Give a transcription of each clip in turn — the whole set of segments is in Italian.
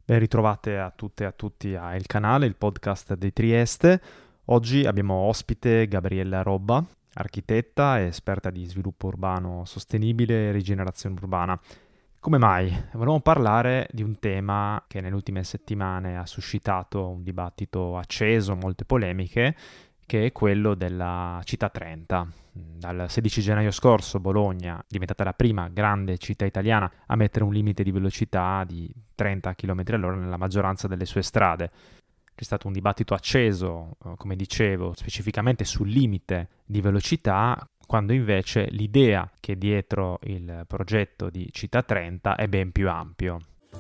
Ben ritrovate a tutte e a tutti a Il Canale, il podcast di Trieste. Oggi abbiamo ospite Gabriella Robba, architetta e esperta di sviluppo urbano sostenibile e rigenerazione urbana. Come mai? Volevamo parlare di un tema che nelle ultime settimane ha suscitato un dibattito acceso, molte polemiche, che è quello della Città 30. Dal 16 gennaio scorso Bologna è diventata la prima grande città italiana a mettere un limite di velocità di 30 km all'ora nella maggioranza delle sue strade. C'è stato un dibattito acceso, come dicevo, specificamente sul limite di velocità, quando invece l'idea che è dietro il progetto di Città 30 è ben più ampio.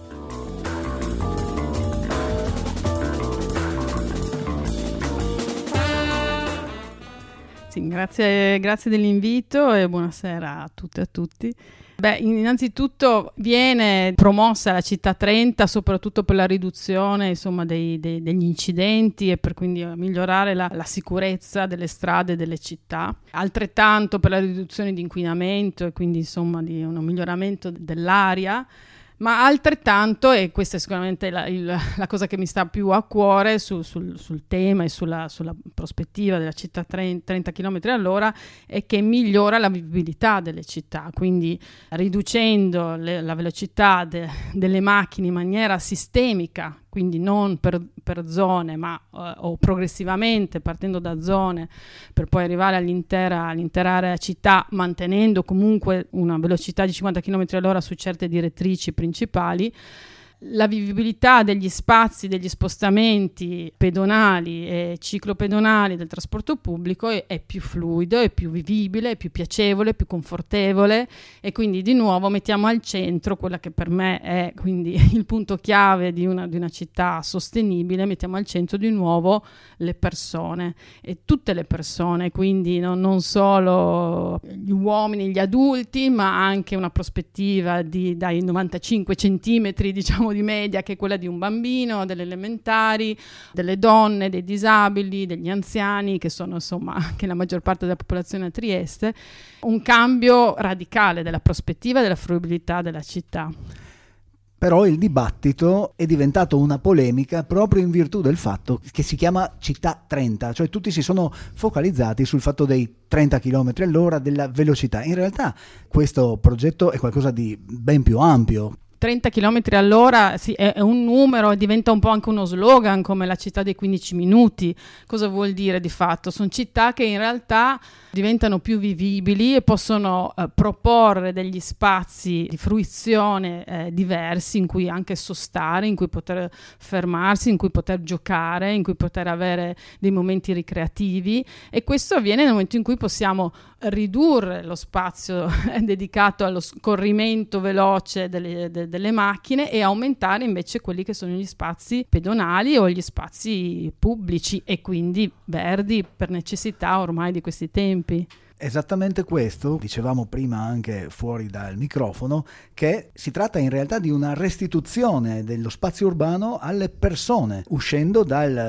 Sì, grazie dell'invito e buonasera a tutte e a tutti. Innanzitutto viene promossa la Città 30 soprattutto per la riduzione, insomma, degli incidenti e per quindi migliorare la sicurezza delle strade delle città, altrettanto per la riduzione di inquinamento e quindi insomma di un miglioramento dell'aria. Ma altrettanto, e questa è sicuramente la cosa che mi sta più a cuore sul tema e sulla prospettiva della città 30 km all'ora, è che migliora la vivibilità delle città, quindi riducendo la velocità delle macchine in maniera sistemica, quindi non per zone, ma o progressivamente partendo da zone per poi arrivare all'intera area città, mantenendo comunque una velocità di 50 km all'ora su certe direttrici principali. La vivibilità degli spazi, degli spostamenti pedonali e ciclopedonali del trasporto pubblico è più fluido, è più vivibile, è più piacevole, è più confortevole, e quindi di nuovo mettiamo al centro quella che per me è quindi il punto chiave di una città sostenibile. Mettiamo al centro di nuovo le persone e tutte le persone, quindi non solo gli uomini, gli adulti, ma anche una prospettiva dai 95 centimetri, diciamo, di media, che è quella di un bambino, delle elementari, delle donne, dei disabili, degli anziani, che sono insomma anche la maggior parte della popolazione a Trieste. Un cambio radicale della prospettiva e della fruibilità della città. Però il dibattito è diventato una polemica proprio in virtù del fatto che si chiama Città 30, cioè tutti si sono focalizzati sul fatto dei 30 km all'ora, della velocità. In realtà questo progetto è qualcosa di ben più ampio. 30 km all'ora sì, è un numero, diventa un po' anche uno slogan, come la città dei 15 minuti. Cosa vuol dire di fatto? Sono città che in realtà diventano più vivibili e possono proporre degli spazi di fruizione diversi, in cui anche sostare, in cui poter fermarsi, in cui poter giocare, in cui poter avere dei momenti ricreativi, e questo avviene nel momento in cui possiamo ridurre lo spazio dedicato allo scorrimento veloce delle macchine e aumentare invece quelli che sono gli spazi pedonali o gli spazi pubblici e quindi verdi per necessità ormai di questi tempi. Esattamente questo, dicevamo prima anche fuori dal microfono, che si tratta in realtà di una restituzione dello spazio urbano alle persone, uscendo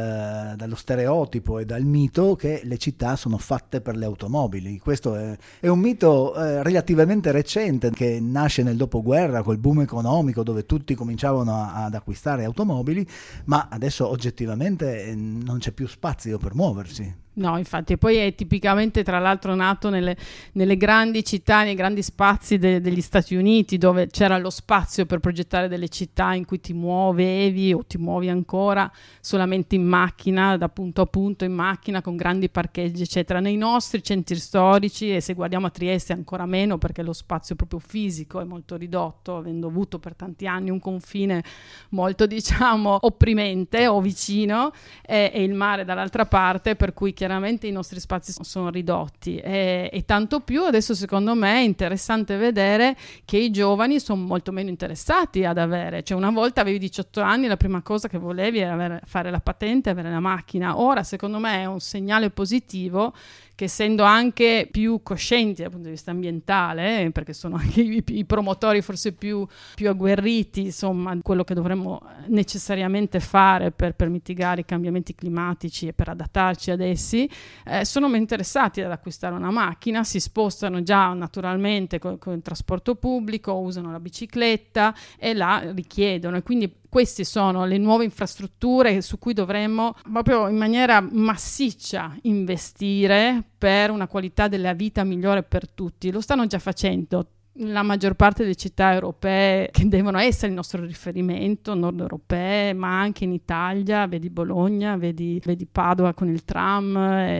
dallo stereotipo e dal mito che le città sono fatte per le automobili. Questo è un mito relativamente recente, che nasce nel dopoguerra col boom economico, dove tutti cominciavano ad acquistare automobili, ma adesso oggettivamente non c'è più spazio per muoversi. No, infatti, e poi è tipicamente tra l'altro nato nelle grandi città, nei grandi spazi degli Stati Uniti, dove c'era lo spazio per progettare delle città in cui ti muovevi o ti muovi ancora solamente in macchina, da punto a punto in macchina, con grandi parcheggi eccetera. Nei nostri centri storici, e se guardiamo a Trieste ancora meno, perché lo spazio proprio fisico è molto ridotto, avendo avuto per tanti anni un confine molto, diciamo, opprimente o vicino, e il mare dall'altra parte, per cui chiaramente i nostri spazi sono ridotti e tanto più adesso. Secondo me è interessante vedere che i giovani sono molto meno interessati ad avere, cioè una volta avevi 18 anni, la prima cosa che volevi era fare la patente, avere la macchina. Ora secondo me è un segnale positivo che, essendo anche più coscienti dal punto di vista ambientale, perché sono anche i promotori forse più agguerriti, insomma, quello che dovremmo necessariamente fare per mitigare i cambiamenti climatici e per adattarci ad essi, sono meno interessati ad acquistare una macchina, si spostano già naturalmente con il trasporto pubblico, usano la bicicletta e la richiedono, e quindi queste sono le nuove infrastrutture su cui dovremmo proprio in maniera massiccia investire per una qualità della vita migliore per tutti. Lo stanno già facendo la maggior parte delle città europee che devono essere il nostro riferimento, nord europee, ma anche in Italia, vedi Bologna, vedi Padova con il tram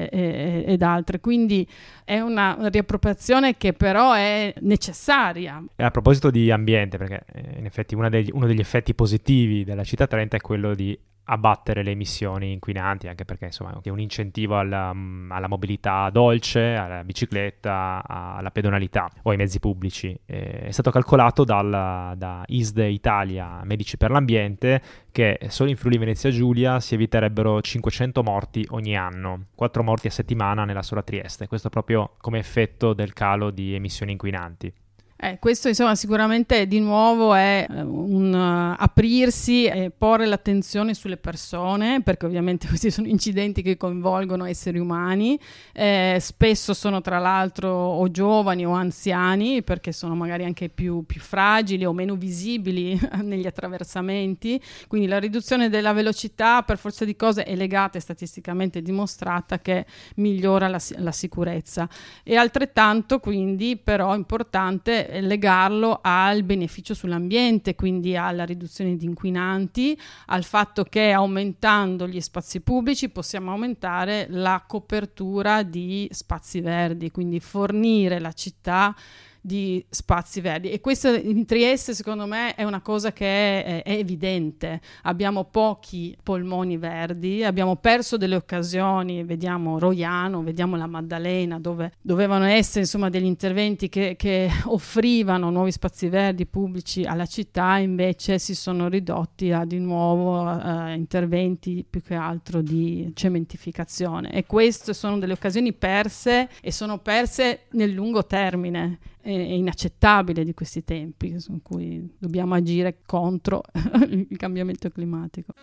ed altre. Quindi è una riappropriazione che però è necessaria. E a proposito di ambiente, perché in effetti uno degli effetti positivi della città 30 è quello di abbattere le emissioni inquinanti, anche perché insomma è un incentivo alla mobilità dolce, alla bicicletta, alla pedonalità o ai mezzi pubblici. È stato calcolato da ISDE Italia Medici per l'Ambiente che solo in Friuli Venezia Giulia si eviterebbero 500 morti ogni anno, 4 morti a settimana nella sola Trieste, questo proprio come effetto del calo di emissioni inquinanti. Questo insomma sicuramente di nuovo è un aprirsi e porre l'attenzione sulle persone, perché ovviamente questi sono incidenti che coinvolgono esseri umani, spesso sono tra l'altro o giovani o anziani, perché sono magari anche più fragili o meno visibili negli attraversamenti, quindi la riduzione della velocità per forza di cose è legata e statisticamente dimostrata che migliora la sicurezza. E altrettanto quindi però importante legarlo al beneficio sull'ambiente, quindi alla riduzione di inquinanti, al fatto che aumentando gli spazi pubblici possiamo aumentare la copertura di spazi verdi, quindi fornire la città di spazi verdi. E questo in Trieste secondo me è una cosa che è evidente. Abbiamo pochi polmoni verdi, abbiamo perso delle occasioni, vediamo Roiano, vediamo la Maddalena, dove dovevano essere insomma degli interventi che offrivano nuovi spazi verdi pubblici alla città, invece si sono ridotti a di nuovo interventi più che altro di cementificazione, e queste sono delle occasioni perse, e sono perse nel lungo termine. È inaccettabile di questi tempi su cui dobbiamo agire contro il cambiamento climatico.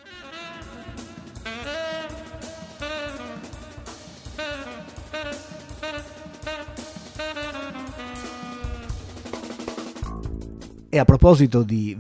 E a proposito di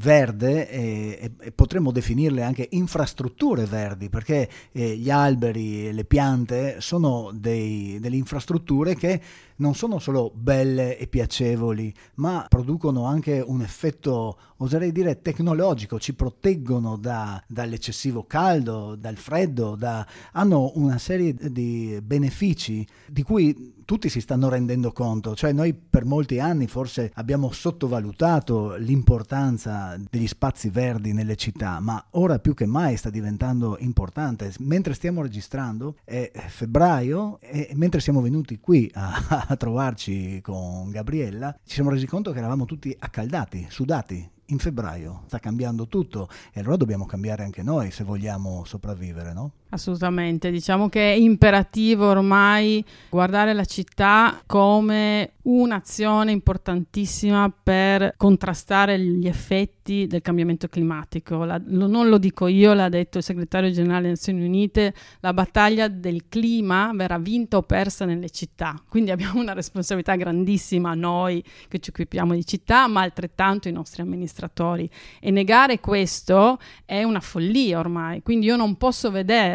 verde, potremmo definirle anche infrastrutture verdi, perché gli alberi e le piante sono delle infrastrutture che non sono solo belle e piacevoli, ma producono anche un effetto, oserei dire, tecnologico, ci proteggono dall'eccessivo caldo, dal freddo, hanno una serie di benefici di cui tutti si stanno rendendo conto. Cioè noi per molti anni forse abbiamo sottovalutato l'importanza degli spazi verdi nelle città, ma ora più che mai sta diventando importante. Mentre stiamo registrando è febbraio, e mentre siamo venuti qui a trovarci con Gabriella ci siamo resi conto che eravamo tutti accaldati, sudati. In febbraio sta cambiando tutto, e allora dobbiamo cambiare anche noi se vogliamo sopravvivere, no? Assolutamente, diciamo che è imperativo ormai guardare la città come un'azione importantissima per contrastare gli effetti del cambiamento climatico. Non lo dico io, l'ha detto il segretario generale delle Nazioni Unite: la battaglia del clima verrà vinta o persa nelle città. Quindi abbiamo una responsabilità grandissima noi che ci occupiamo di città, ma altrettanto i nostri amministratori. E negare questo è una follia ormai. Quindi io non posso vedere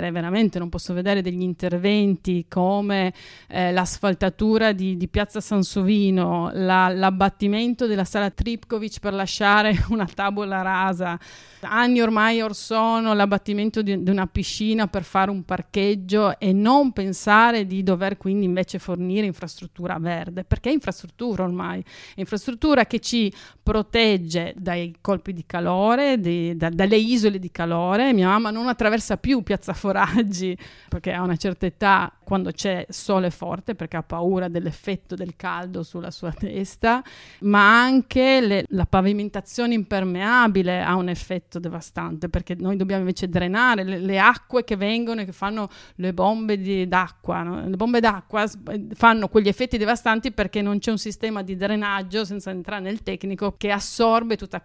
degli interventi come l'asfaltatura di Piazza Sansovino, l'abbattimento della sala Tripkovic per lasciare una tavola rasa, anni ormai or sono l'abbattimento di una piscina per fare un parcheggio, e non pensare di dover quindi invece fornire infrastruttura verde, perché è infrastruttura ormai, è infrastruttura che ci protegge dai colpi di calore, dalle isole di calore. Mia mamma non attraversa più Piazza Foraggi perché ha una certa età, quando c'è sole forte, perché ha paura dell'effetto del caldo sulla sua testa, ma anche la pavimentazione impermeabile ha un effetto devastante, perché noi dobbiamo invece drenare le acque che vengono e che fanno le bombe d'acqua, no? Le bombe d'acqua fanno quegli effetti devastanti perché non c'è un sistema di drenaggio, senza entrare nel tecnico, che assorbe tutta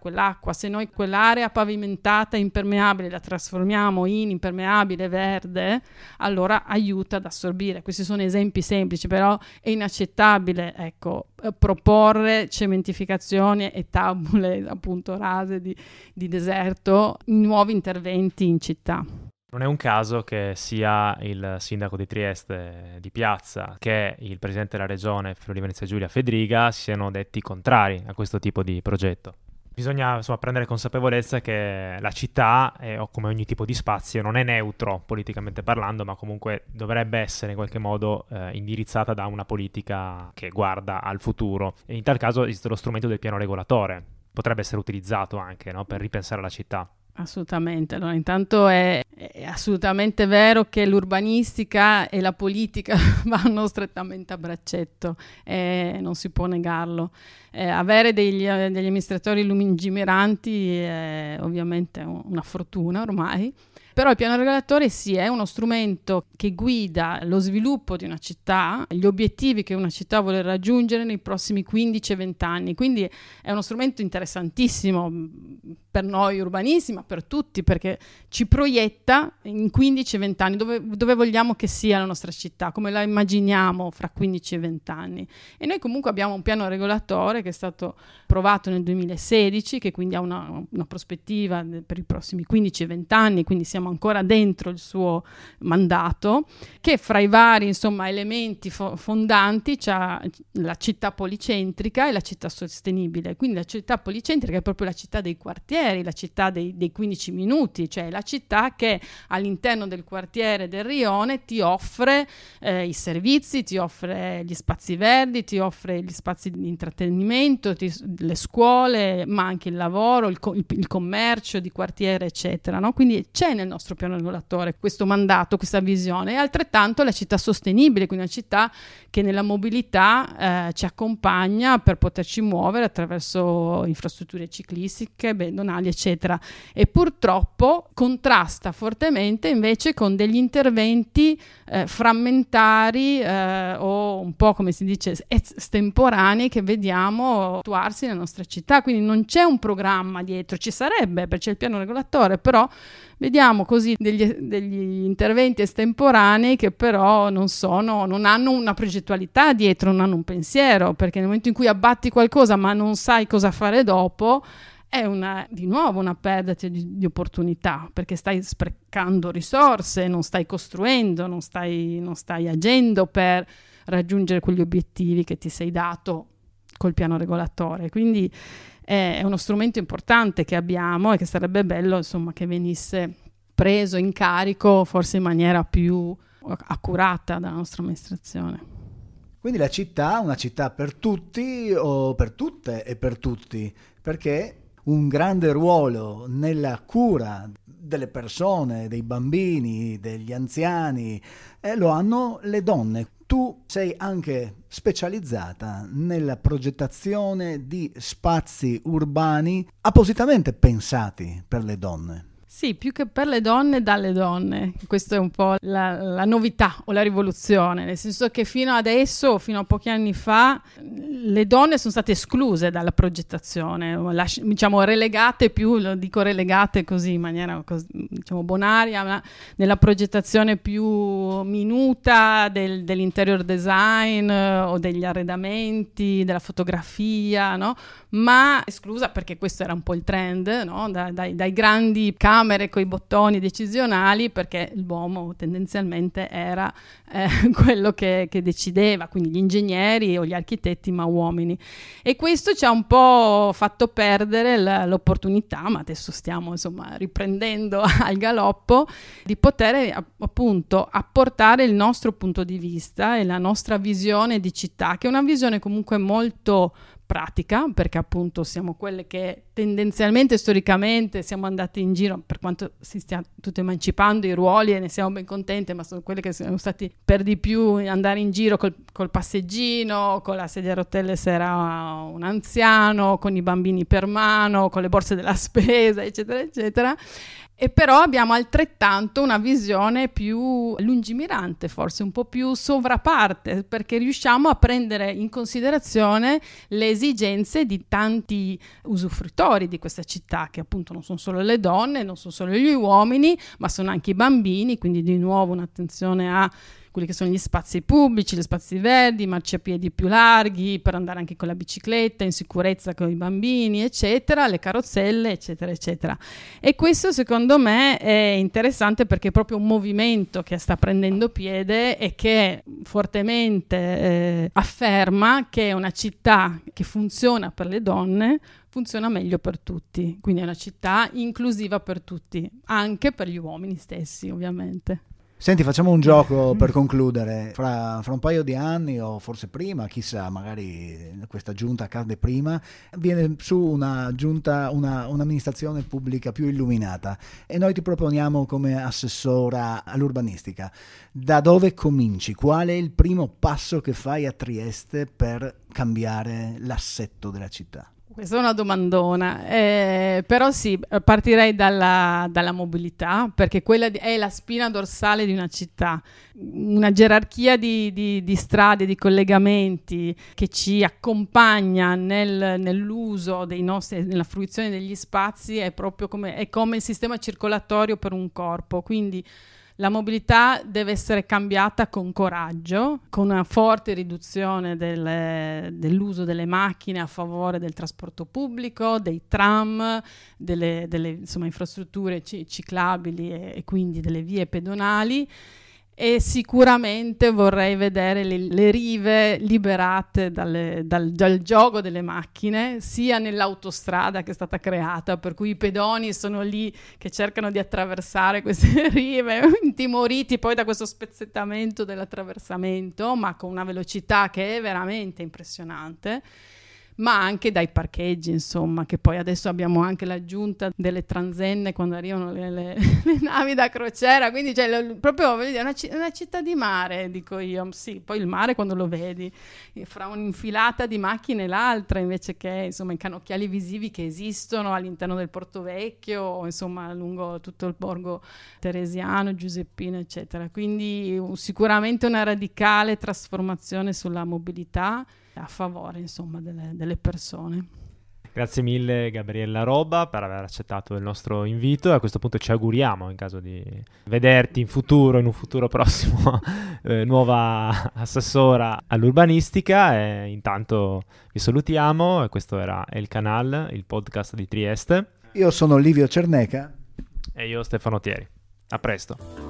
quell'acqua. Se noi quell'area pavimentata impermeabile la trasformiamo in impermeabile verde, allora aiuta ad assorbire. Questi sono esempi semplici, però è inaccettabile, ecco, proporre cementificazioni e tabule appunto rase di deserto in nuovi interventi in città. Non è un caso che sia il sindaco di Trieste di Piazza che il presidente della regione Friuli Venezia Giulia Fedriga siano detti contrari a questo tipo di progetto. Bisogna insomma prendere consapevolezza che la città, o come ogni tipo di spazio, non è neutro politicamente parlando, ma comunque dovrebbe essere in qualche modo indirizzata da una politica che guarda al futuro. E in tal caso esiste lo strumento del piano regolatore, potrebbe essere utilizzato anche, no, per ripensare la città. Assolutamente, allora intanto è assolutamente vero che l'urbanistica e la politica vanno strettamente a braccetto, non si può negarlo. Avere degli amministratori lungimiranti è ovviamente una fortuna ormai, però il piano regolatore sì, è uno strumento che guida lo sviluppo di una città, gli obiettivi che una città vuole raggiungere nei prossimi 15-20 anni, quindi è uno strumento interessantissimo per noi urbanisti, ma per tutti, perché ci proietta in 15-20 anni dove vogliamo che sia la nostra città, come la immaginiamo fra 15 e 20 anni. E noi comunque abbiamo un piano regolatore che è stato approvato nel 2016, che quindi ha una prospettiva per i prossimi 15 e 20 anni, quindi siamo ancora dentro il suo mandato, che fra i vari elementi fondanti c'ha la città policentrica e la città sostenibile. Quindi la città policentrica è proprio la città dei quartieri, la città dei 15 minuti, cioè la città che all'interno del quartiere del rione ti offre i servizi, ti offre gli spazi verdi, ti offre gli spazi di intrattenimento, le scuole, ma anche il lavoro, il commercio di quartiere, eccetera, no? Quindi c'è nel nostro piano regolatore questo mandato, questa visione, e altrettanto la città sostenibile, quindi una città che nella mobilità ci accompagna per poterci muovere attraverso infrastrutture ciclistiche, pedonali, eccetera, e purtroppo contrasta fortemente invece con degli interventi frammentari o un po', come si dice, estemporanei che vediamo attuarsi nella nostra città. Quindi non c'è un programma dietro, ci sarebbe perché c'è il piano regolatore, però vediamo così degli interventi estemporanei che però non hanno una progettualità dietro, non hanno un pensiero, perché nel momento in cui abbatti qualcosa ma non sai cosa fare dopo, è di nuovo una perdita di opportunità, perché stai sprecando risorse, non stai costruendo, non stai agendo per raggiungere quegli obiettivi che ti sei dato col piano regolatore. Quindi è uno strumento importante che abbiamo e che sarebbe bello che venisse preso in carico forse in maniera più accurata dalla nostra amministrazione. Quindi la città, una città per tutti o per tutte e per tutti, perché un grande ruolo nella cura delle persone, dei bambini, degli anziani, lo hanno le donne. Tu sei anche specializzata nella progettazione di spazi urbani appositamente pensati per le donne. Sì, più che per le donne, dalle donne. Questa è un po' la novità o la rivoluzione, nel senso che fino adesso, fino a pochi anni fa, le donne sono state escluse dalla progettazione, diciamo relegate più, lo dico relegate così in maniera diciamo bonaria, ma nella progettazione più minuta dell'interior design o degli arredamenti, della fotografia, no? Ma esclusa perché questo era un po' il trend, no? Dai grandi camere con i bottoni decisionali, perché l'uomo tendenzialmente era quello che decideva, quindi gli ingegneri o gli architetti, ma uomini. E questo ci ha un po' fatto perdere l'opportunità, ma adesso stiamo riprendendo al galoppo, di poter appunto apportare il nostro punto di vista e la nostra visione di città, che è una visione comunque molto pratica, perché appunto siamo quelle che tendenzialmente storicamente siamo andate in giro, per quanto si stia tutto emancipando i ruoli e ne siamo ben contente, ma sono quelle che sono stati per di più andare in giro col passeggino, con la sedia a rotelle se era un anziano, con i bambini per mano, con le borse della spesa, eccetera eccetera. E però abbiamo altrettanto una visione più lungimirante, forse un po' più sovraparte, perché riusciamo a prendere in considerazione le esigenze di tanti usufruitori di questa città, che appunto non sono solo le donne, non sono solo gli uomini, ma sono anche i bambini, quindi di nuovo un'attenzione a quelli che sono gli spazi pubblici, gli spazi verdi, marciapiedi più larghi per andare anche con la bicicletta, in sicurezza con i bambini, eccetera, le carrozzelle, eccetera, eccetera. E questo secondo me è interessante perché è proprio un movimento che sta prendendo piede e che fortemente afferma che una città che funziona per le donne funziona meglio per tutti, quindi è una città inclusiva per tutti, anche per gli uomini stessi, ovviamente. Senti, facciamo un gioco per concludere. Fra un paio di anni o forse prima, chissà, magari questa giunta cade prima, viene su una giunta, un'amministrazione pubblica più illuminata e noi ti proponiamo come assessora all'urbanistica. Da dove cominci? Qual è il primo passo che fai a Trieste per cambiare l'assetto della città? Questa è una domandona, però sì, partirei dalla mobilità, perché quella è la spina dorsale di una città, una gerarchia di strade, di collegamenti che ci accompagna nell'uso dei nostri, nella fruizione degli spazi, è proprio come il sistema circolatorio per un corpo, quindi la mobilità deve essere cambiata con coraggio, con una forte riduzione dell'uso delle macchine a favore del trasporto pubblico, dei tram, delle insomma, infrastrutture ciclabili e quindi delle vie pedonali. E sicuramente vorrei vedere le rive liberate dal gioco delle macchine, sia nell'autostrada che è stata creata, per cui i pedoni sono lì che cercano di attraversare queste rive, intimoriti poi da questo spezzettamento dell'attraversamento, ma con una velocità che è veramente impressionante, ma anche dai parcheggi, insomma, che poi adesso abbiamo anche l'aggiunta delle transenne quando arrivano le navi da crociera, quindi proprio è una città di mare, dico io. Sì, poi il mare quando lo vedi fra un'infilata di macchine e l'altra, invece che insomma i canocchiali visivi che esistono all'interno del Porto Vecchio o insomma lungo tutto il borgo teresiano, giuseppino, eccetera. Quindi sicuramente una radicale trasformazione sulla mobilità a favore insomma delle persone. Grazie mille Gabriella Robba per aver accettato il nostro invito e a questo punto ci auguriamo, in caso di vederti in un futuro prossimo, nuova assessora all'urbanistica. E intanto vi salutiamo e questo era El Canal, il podcast di Trieste. Io sono Livio Cerneca e io Stefano Thieri. A presto.